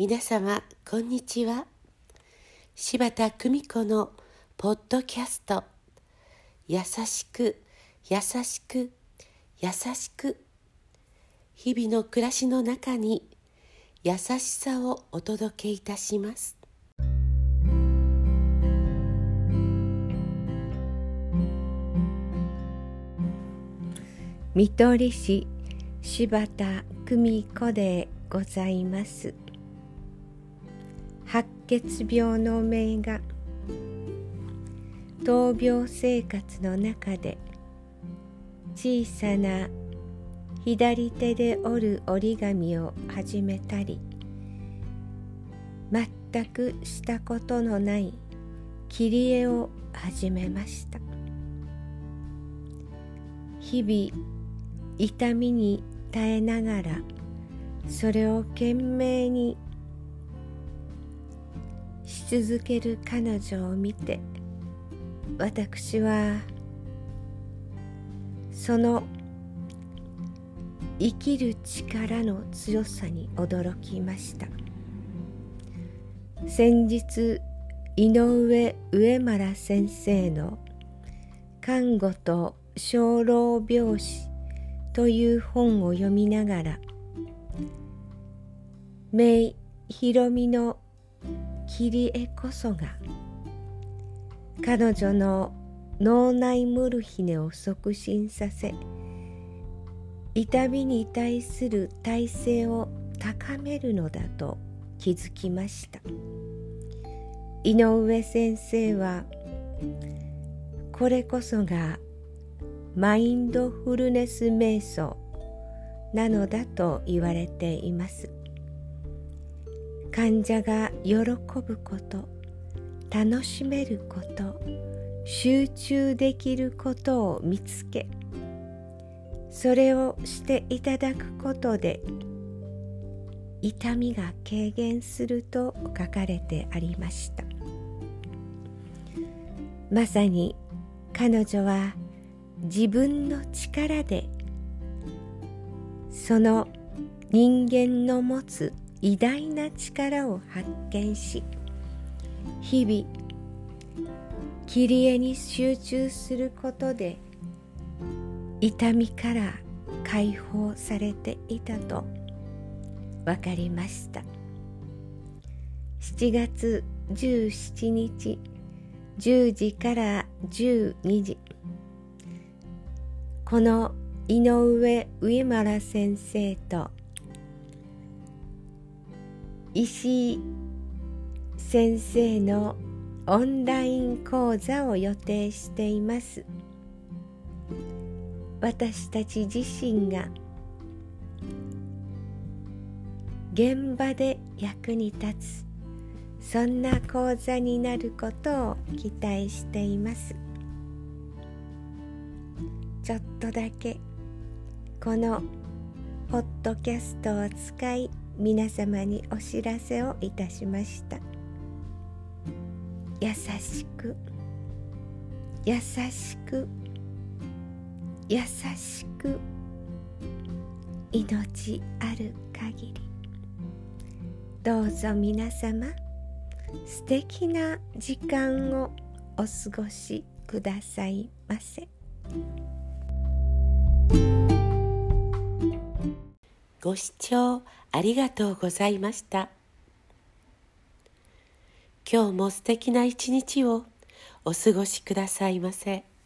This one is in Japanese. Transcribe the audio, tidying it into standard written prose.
皆様こんにちは。柴田久美子のポッドキャスト、優しく優しく優しく、日々の暮らしの中に優しさをお届けいたします。 見取り師柴田久美子でございます。白血病の名が闘病生活の中で小さな左手で折る折り紙を始めたり、全くしたことのない切り絵を始めました。日々痛みに耐えながらそれを懸命にし続ける彼女を見て、私はその生きる力の強さに驚きました。先日井上上村先生の看護と生老病死という本を読みながら、明ひろみの切り絵こそが彼女の脳内モルヒネを促進させ、痛みに対する耐性を高めるのだと気づきました。井上先生はこれこそがマインドフルネス瞑想なのだと言われています。患者が喜ぶこと、楽しめること、集中できることを見つけ、それをしていただくことで痛みが軽減すると書かれてありました。まさに彼女は自分の力でその人間の持つ偉大な力を発見し、日々切り絵に集中することで痛みから解放されていたと分かりました。7月17日10時から12時、この井上上村先生と石井先生のオンライン講座を予定しています。私たち自身が現場で役に立つ、そんな講座になることを期待しています。ちょっとだけこのポッドキャストを使い、皆様にお知らせをいたしました。優しく優しく優しく、命ある限り、どうぞ皆様素敵な時間をお過ごしくださいませ。 ご視聴ありがとうございました。今日も素敵な一日をお過ごしくださいませ。